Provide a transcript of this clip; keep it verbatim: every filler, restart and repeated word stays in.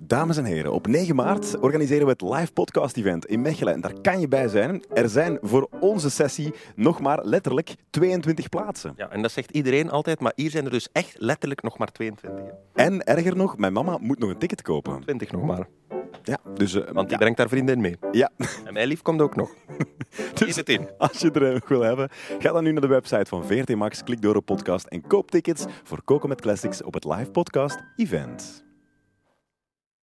Dames en heren, op negen maart organiseren we het live podcast-event in Mechelen. En daar kan je bij zijn. Er zijn voor onze sessie nog maar letterlijk tweeëntwintig plaatsen. Ja, en dat zegt iedereen altijd, maar hier zijn er dus echt letterlijk nog maar tweeëntwintig. En erger nog, mijn mama moet nog een ticket kopen. twintig nog maar. Ja, dus... Uh, Want die ja. brengt haar vriendin mee. Ja. En mijn lief komt ook nog. Dus het in. Als je er een wil hebben, ga dan nu naar de website van V R T Max, klik door op podcast en koop tickets voor Koken met Classics op het live podcast-event.